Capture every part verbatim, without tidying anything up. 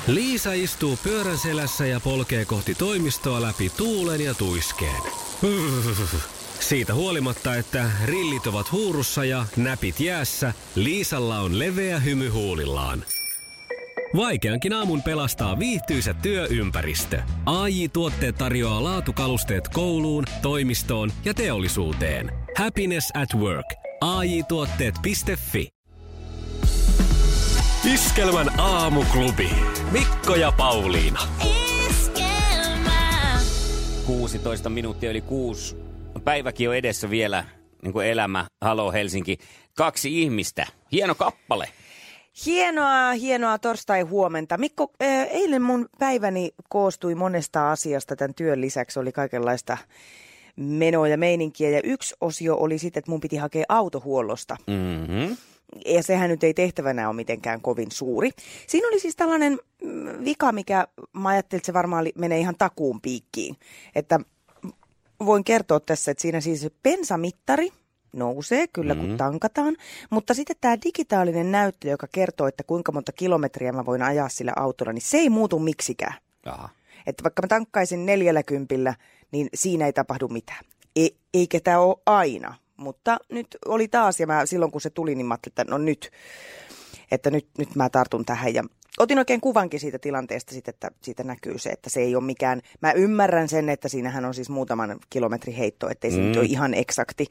Liisa istuu pyörän selässä ja polkee kohti toimistoa läpi tuulen ja tuiskeen. Siitä huolimatta, että rillit ovat huurussa ja näpit jäässä, Liisalla on leveä hymy huulillaan. Vaikeankin aamun pelastaa viihtyisä työympäristö. A J-tuotteet tarjoaa laatukalusteet kouluun, toimistoon ja teollisuuteen. Happiness at work. A J tuotteet piste fi. Iskelmän aamuklubi. Mikko ja Pauliina. Iskelmä. kuusitoista minuuttia yli kuusi. Päiväkin on edessä vielä, niin kuin elämä. Halo Helsinki. Kaksi ihmistä. Hieno kappale. Hienoa, hienoa torstai-huomenta. Mikko, eilen mun päiväni koostui monesta asiasta. Tämän työn lisäksi oli kaikenlaista menoa ja meininkiä. Ja yksi osio oli sitten, että mun piti hakea autohuollosta. Mm-hmm. Ja sehän nyt ei tehtävänä ole mitenkään kovin suuri. Siinä oli siis tällainen vika, mikä mä ajattelin, että se varmaan menee ihan takuun piikkiin. Että voin kertoa tässä, että siinä siis bensamittari nousee kyllä kun mm. tankataan, mutta sitten tämä digitaalinen näyttö, joka kertoo, että kuinka monta kilometriä mä voin ajaa sillä autolla, niin se ei muutu miksikään. Aha. Että vaikka mä tankkaisin neljällä kympillä, niin siinä ei tapahdu mitään. E- eikä tämä ole aina, mutta nyt oli taas, ja mä, silloin kun se tuli, niin mä ajattelin, että no nyt, että nyt, nyt mä tartun tähän. Ja otin oikein kuvankin siitä tilanteesta, sit, että siitä näkyy se, että se ei ole mikään, mä ymmärrän sen, että siinähän on siis muutaman kilometrin heitto, ettei se mm. nyt ole ihan eksakti.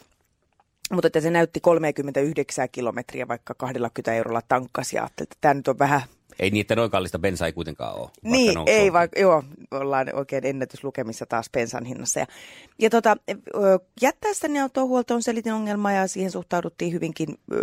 Mutta että se näytti kolmekymmentäyhdeksän kilometriä, vaikka kaksikymmentä eurolla tankkasi, ja ajattelin, että tämä nyt on vähän. Ei niitä noin kallista bensaa ei kuitenkaan ole. Niin, ei vaikka, joo, ollaan oikein ennätyslukemissa taas bensan hinnassa. Ja, ja tota, jättää tänne autohuoltoon selitin ongelma, ja siihen suhtauduttiin hyvinkin ö,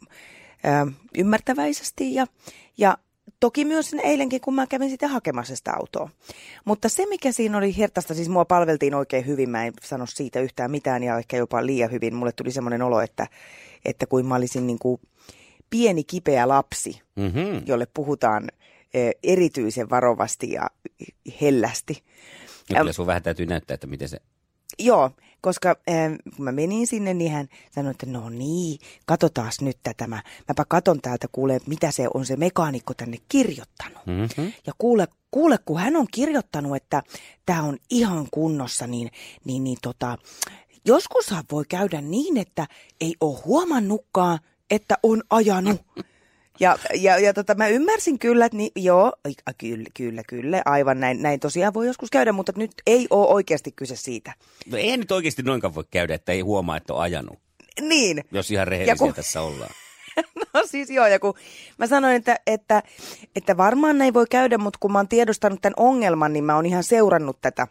ö, ymmärtäväisesti, ja, ja toki myös eilenkin, kun mä kävin sitten hakemassa sitä autoa. Mutta se, mikä siinä oli hertaista, siis mua palveltiin oikein hyvin, mä en sano siitä yhtään mitään ja ehkä jopa liian hyvin. Mulle tuli semmoinen olo, että, että kuin mä olisin niin kuin pieni kipeä lapsi, mm-hmm. jolle puhutaan e, erityisen varovasti ja hellästi. Ja kyllä sun vähän täytyy näyttää, että miten se. Joo, koska äh, kun mä menin sinne, niin hän sanoi, että no niin, katsotaas nyt tätä. Mä, mäpä katon täältä, kuule, mitä se on se mekaanikko tänne kirjoittanut. Mm-hmm. Ja kuule, kuule, kun hän on kirjoittanut, että tämä on ihan kunnossa, niin, niin, niin tota, joskushan voi käydä niin, että ei ole huomannutkaan, että on ajanut. Ja, ja, ja tota, mä ymmärsin kyllä, että niin, joo, kyllä, kyllä, kyllä, aivan näin, näin tosiaan voi joskus käydä, mutta nyt ei ole oikeasti kyse siitä. No ei nyt oikeasti noinkaan voi käydä, että ei huomaa, että on ajanut. Niin. Jos ihan rehellisiä kun, tässä ollaan. No siis joo, ja kun mä sanoin, että, että, että varmaan näin voi käydä, mutta kun mä oon tiedostanut tämän ongelman, niin mä oon ihan seurannut tätä.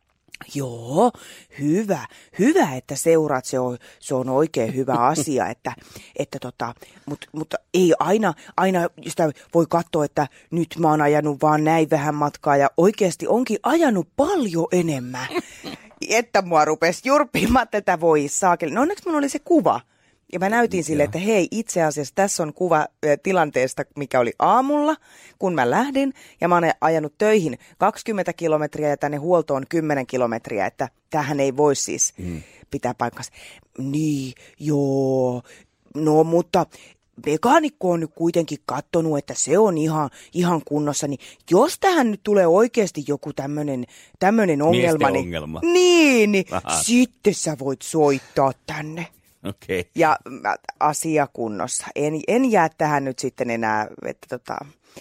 Joo, hyvä, hyvä, että seuraat, se on, se on oikein hyvä asia, että, että tota, mutta, mutta ei aina, aina sitä voi katsoa, että nyt mä oon ajanut vaan näin vähän matkaa ja oikeasti onkin ajanut paljon enemmän, että mua rupesi jurppimaan tätä voi saakeli. No onneksi mun oli se kuva. Ja mä näytin sille, että hei, itse asiassa tässä on kuva tilanteesta, mikä oli aamulla, kun mä lähdin. Ja mä oon ajanut töihin kaksikymmentä kilometriä ja tänne huoltoon kymmenen kilometriä, että tämähän ei voi siis mm. pitää paikkansa. Niin, joo, no mutta mekaanikko on nyt kuitenkin katsonut, että se on ihan, ihan kunnossa. Niin jos tähän nyt tulee oikeasti joku tämmöinen tämmöinen ongelma, niin, ongelma. niin, niin sitten sä voit soittaa tänne. Okay. Ja asia kunnossa. En, en jää tähän nyt sitten enää, että tota,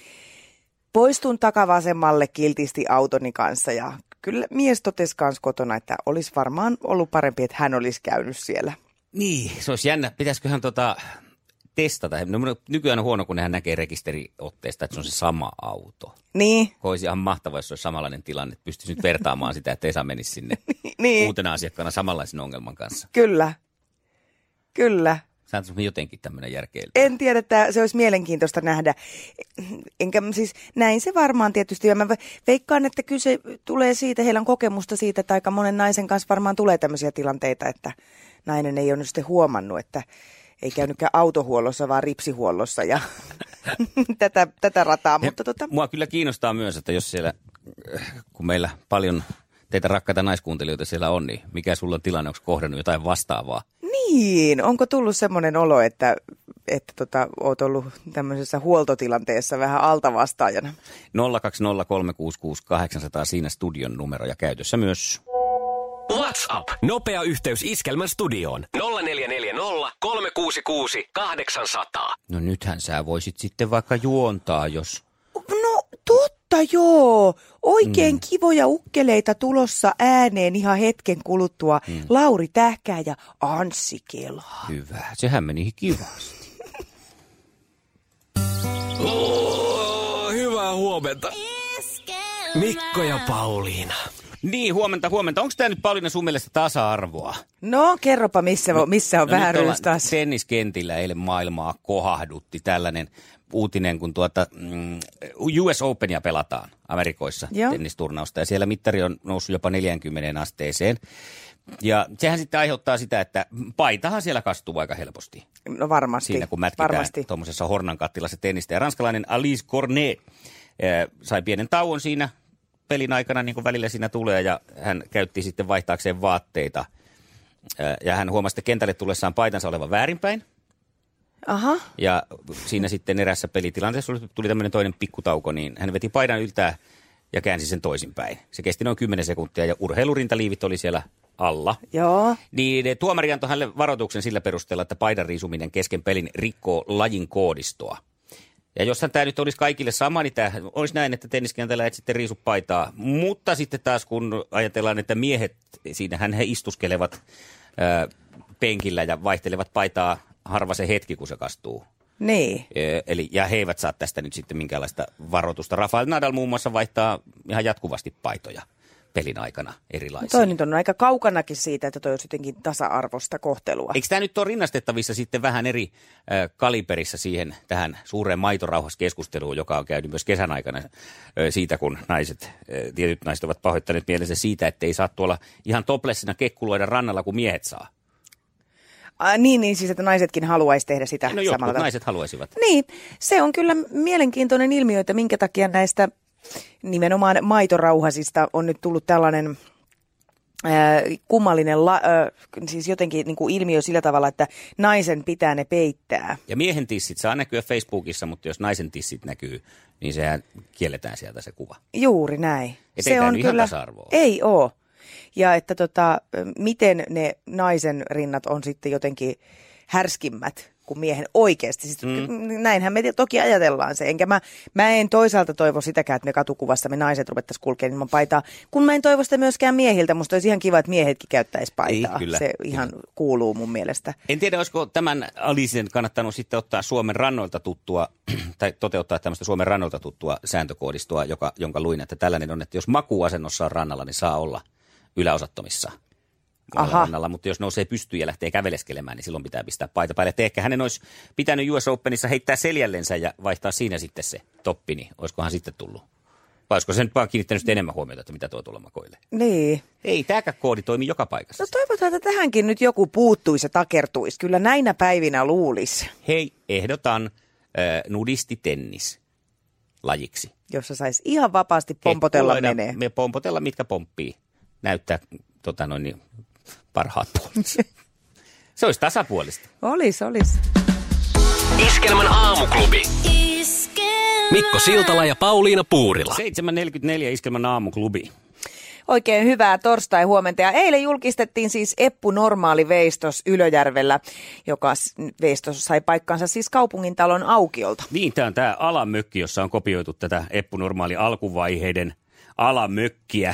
poistun takavasemmalle kiltisti autoni kanssa ja kyllä mies totesi kanssa kotona, että olisi varmaan ollut parempi, että hän olisi käynyt siellä. Niin, se olisi jännä. Pitäisiköhän tota testata? No, nykyään on huono, kun nehän näkee rekisteriotteesta, että se on se sama auto. Niin. Olisi ihan mahtavaa, jos olisi samanlainen tilanne, että pystyisi nyt vertaamaan sitä, että Esa menisi sinne niin. uutena asiakkaana samanlaisen ongelman kanssa. Kyllä. Kyllä. Saataisiin jotenkin tämmöinen järkeily. En tiedä, että se olisi mielenkiintoista nähdä. Enkä siis näin se varmaan tietysti. Ja mä veikkaan, että kyllä se tulee siitä, heillä on kokemusta siitä, että aika monen naisen kanssa varmaan tulee tämmöisiä tilanteita, että nainen ei ole nyt sitten huomannut, että ei käynytkään autohuollossa, vaan ripsihuollossa ja tätä, tätä rataa. Mutta tota. Mua kyllä kiinnostaa myös, että jos siellä, kun meillä paljon teitä rakkaita naiskuuntelijoita siellä on, niin mikä sulla on tilanne, onko kohdannut jotain vastaavaa? Niin, onko tullut semmoinen olo, että, että tota, oot ollut tämmöisessä huoltotilanteessa vähän altavastaajana. nolla kaksi nolla kolme kuusi kuusi kahdeksan nolla nolla siinä studion numero ja käytössä myös. WhatsApp. Nopea yhteys Iskelmän studioon. nolla neljä neljä nolla kolme kuusi kuusi kahdeksan nolla nolla. No nythän sä voisit sitten vaikka juontaa, jos... No totta joo. Oikein mm. kivoja ukkeleita tulossa ääneen ihan hetken kuluttua. Mm. Lauri Tähkää ja Anssi Kelaa. Hyvä. Sehän meni kivasti. Oh, hyvää huomenta. Mikko ja Pauliina. Niin, huomenta, huomenta. Onko tämä nyt, Pauliina, sun mielestä tasa-arvoa? No, kerropa, missä, no, missä on no, vähän ryystäässä. Tenniskentillä eilen maailmaa kohahdutti tällainen uutinen, kun tuota mm, U S Openia pelataan Amerikoissa, Joo. tennisturnausta. Ja siellä mittari on noussut jopa neljäänkymmeneen asteeseen. Ja sehän sitten aiheuttaa sitä, että paitahan siellä kastuu aika helposti. No varmasti. Siinä kun mätkitään tuommoisessa hornan kattilassa tennistä. Ja ranskalainen Alice Cornet äh, sai pienen tauon siinä pelin aikana, niin kuin välillä siinä tulee, ja hän käytti sitten vaihtaakseen vaatteita. Äh, ja hän huomasi kentälle tullessaan paitansa olevan väärinpäin. Aha. Ja siinä sitten erässä pelitilanteessa tuli tämmöinen toinen pikkutauko, niin hän veti paidan yltää ja käänsi sen toisinpäin. Se kesti noin kymmenen sekuntia ja urheilurintaliivit oli siellä alla. Joo. Niin tuomari antoi hänelle varoituksen sillä perusteella, että paidan riisuminen kesken pelin rikkoo lajin koodistoa. Ja jossain tämä nyt olisi kaikille sama, niin tämä olisi näin, että tenniskentällä et sitten riisu paitaa. Mutta sitten taas kun ajatellaan, että miehet, siinähän he istuskelevat ää, penkillä ja vaihtelevat paitaa harva se hetki, kun se kastuu. Niin. Eli, ja he eivät saa tästä nyt sitten minkäänlaista varoitusta. Rafael Nadal muun muassa vaihtaa ihan jatkuvasti paitoja pelin aikana erilaisia. Toi nyt on aika kaukanakin siitä, että toi olisi jotenkin tasa-arvoista kohtelua. Eikö tämä nyt ole rinnastettavissa sitten vähän eri äh, kaliberissa siihen tähän suureen maitorauhaskeskusteluun, joka on käynyt myös kesän aikana äh, siitä, kun naiset, äh, tietyt naiset ovat pahoittaneet mielensä siitä, että ei saa tuolla ihan toplessina kekkuloida rannalla, kuin miehet saa. Ah, niin, niin, siis että naisetkin haluaisi tehdä sitä no samalla tavalla. Naiset haluaisivat. Niin, se on kyllä mielenkiintoinen ilmiö, että minkä takia näistä nimenomaan maitorauhasista on nyt tullut tällainen ää, kummallinen, la, ää, siis jotenkin niin kuin ilmiö sillä tavalla, että naisen pitää ne peittää. Ja miehen tissit saa näkyä Facebookissa, mutta jos naisen tissit näkyy, niin sehän kielletään sieltä se kuva. Juuri näin. Et se ei on ihan kyllä, tasa-arvoa. Ei ole. Ja että tota, miten ne naisen rinnat on sitten jotenkin härskimmät kuin miehen oikeasti. Siis mm. Näinhän me toki ajatellaan se. Enkä mä, mä en toisaalta toivo sitäkään, että me katukuvassa me naiset ruvettaisiin kulkemaan ilman paitaa. Kun mä en toivo sitä myöskään miehiltä. Musta olisi ihan kiva, että miehetkin käyttäisi paitaa. Ei, kyllä, se ihan kyllä. Kuuluu mun mielestä. En tiedä, olisiko tämän Alicen kannattanut sitten ottaa Suomen rannoilta tuttua, tai toteuttaa tämmöistä Suomen rannoilta tuttua sääntökoodistoa, joka, jonka luin, että tällainen on, että jos makuuasennossa on rannalla, niin saa olla yläosattomissa. Rannalla, mutta jos nousee pystyyn ja lähtee käveleskelemään, niin silloin pitää pistää paita päälle. Et ehkä hänen olisi pitänyt U S Openissa heittää seljällensä ja vaihtaa siinä sitten se toppi, niin olisikohan sitten tullut? Vai olisiko se nyt vaan kiinnittänyt enemmän huomiota, että mitä tuo tuolla makoilee? Niin. Ei, tämäkään koodi toimii joka paikassa. No toivotaan, että tähänkin nyt joku puuttuisi ja takertuisi. Kyllä näinä päivinä luulisi. Hei, ehdotan äh, nudistitennis lajiksi. Jossa saisi ihan vapaasti pompotella menee. Me pompotella, mitkä pomppii. Näyttää tota noin niin, parhaat puolet. Se olisi tasapuolista. Olis, olis. Iskelmän aamuklubi. Mikko Siltala ja Pauliina Puurila. seitsemän neljäkymmentäneljä Iskelmän aamuklubi. Oikein hyvää torstai-huomenta. Ja eilen julkistettiin siis Eppu Normaali veistos Ylöjärvellä, joka veistos sai paikkansa siis kaupungintalon aukiolta. Niin, tämä on tämä alamökki, jossa on kopioitu tätä Eppu Normaali alkuvaiheiden alamökkiä.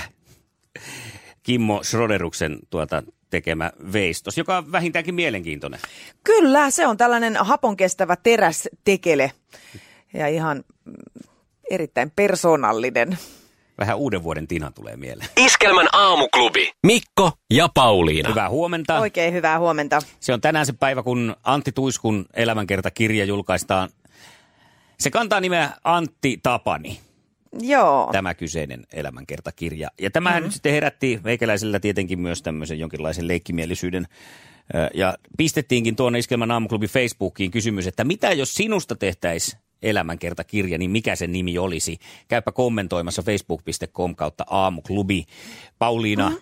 Kimmo Schroderuksen tuota tekemä veistos, joka on vähintäänkin mielenkiintoinen. Kyllä, se on tällainen haponkestävä terästekele ja ihan erittäin persoonallinen. Vähän uuden vuoden Tina tulee mieleen. Iskelmän aamuklubi. Mikko ja Pauliina. Hyvää huomenta. Oikein hyvää huomenta. Se on tänään se päivä, kun Antti Tuiskun elämänkertakirja julkaistaan. Se kantaa nimeä Antti Tapani. Joo. Tämä kyseinen elämänkertakirja. Ja tämähän mm-hmm. nyt sitten herätti meikäläisellä tietenkin myös tämmöisen jonkinlaisen leikkimielisyyden. Ja pistettiinkin tuonne Iskelmän aamuklubin Facebookiin kysymys, että mitä jos sinusta tehtäisiin elämänkertakirja, niin mikä sen nimi olisi? Käypä kommentoimassa facebook piste com kautta aamuklubi. Pauliina, mm-hmm.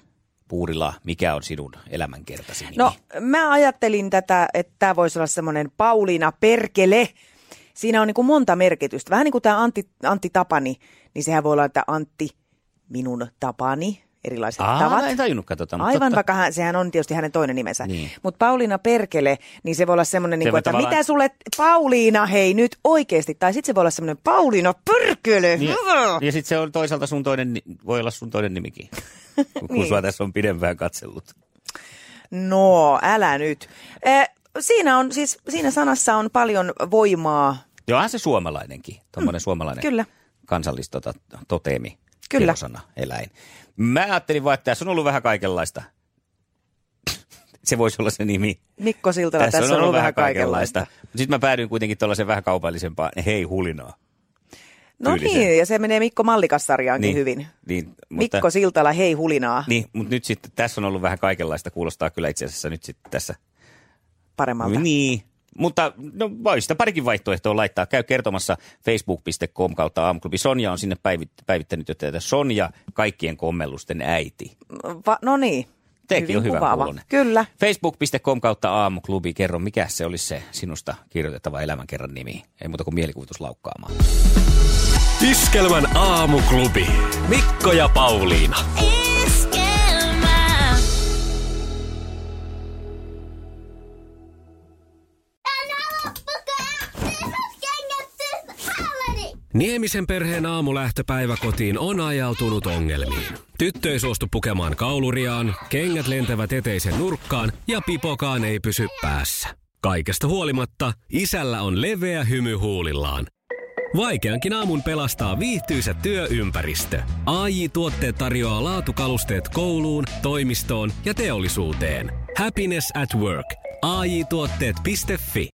Puurila, mikä on sinun elämänkertasi nimi? No mä ajattelin tätä, että tämä voisi olla semmoinen Pauliina Perkele. Siinä on niin kuin monta merkitystä. Vähän niin kuin tämä Antti, Antti Tapani, niin sehän voi olla, että Antti minun tapani. Erilaiset Aa, tavat. en tajunnutkaan tota. Aivan, totta. vaikka hän, sehän on tietysti hänen toinen nimensä. Niin. Mutta Pauliina Perkele, niin se voi olla semmoinen, niin että tavallaan... mitä sulle, Pauliina, hei nyt oikeasti. Tai sitten se voi olla semmoinen Pauliina Perkele. Niin, ja sitten se on toisaalta sun toinen, voi olla sun toinen nimikin, kun niin. Sua tässä on pidempään katsellut. No, älä nyt. Eh, siinä, on, siis, siinä sanassa on paljon voimaa. Joo, onhan se suomalainenkin, tuommoinen mm, suomalainen kyllä. kansallistota toteemi. Kyllä. Kirosana, eläin. Mä ajattelin vaan, että tässä on ollut vähän kaikenlaista. Se voisi olla se nimi. Mikko Siltala, tässä, tässä on ollut vähän kaikenlaista. kaikenlaista. Sitten mä päädyin kuitenkin tuollaisen vähän kaupallisempaan, hei hulinaa. No tyyliseen. Niin, ja se menee Mikko Mallikas-sarjaankin niin, hyvin. Niin, mutta, Mikko Siltala, hei hulinaa. Niin, mutta nyt sitten tässä on ollut vähän kaikenlaista, kuulostaa kyllä itse asiassa nyt sitten tässä. Paremmalta. Niin. Mutta no, voi sitä parikin vaihtoehtoa laittaa. Käy kertomassa facebook piste com kautta aamuklubi. Sonja on sinne päivit- päivittänyt jo tätä. Sonja, kaikkien kommellusten äiti. Va- no niin. Tekin on hyvä kuulonen. Kyllä. facebook piste com kautta aamuklubi. Kerro, mikä se olisi se sinusta kirjoitettava elämänkerran nimi. Ei muuta kuin mielikuvitus laukkaamaan. Iskelmän aamuklubi. Mikko ja Pauliina. Niemisen perheen aamulähtöpäivä kotiin on ajautunut ongelmiin. Tyttö ei suostu pukemaan kauluriaan, kengät lentävät eteisen nurkkaan ja pipokaan ei pysy päässä. Kaikesta huolimatta isällä on leveä hymy huulillaan. Vaikeankin aamun pelastaa viihtyisä työympäristö. A J-tuotteet tarjoaa laatukalusteet kouluun, toimistoon ja teollisuuteen. Happiness at work. A J tuotteet piste fi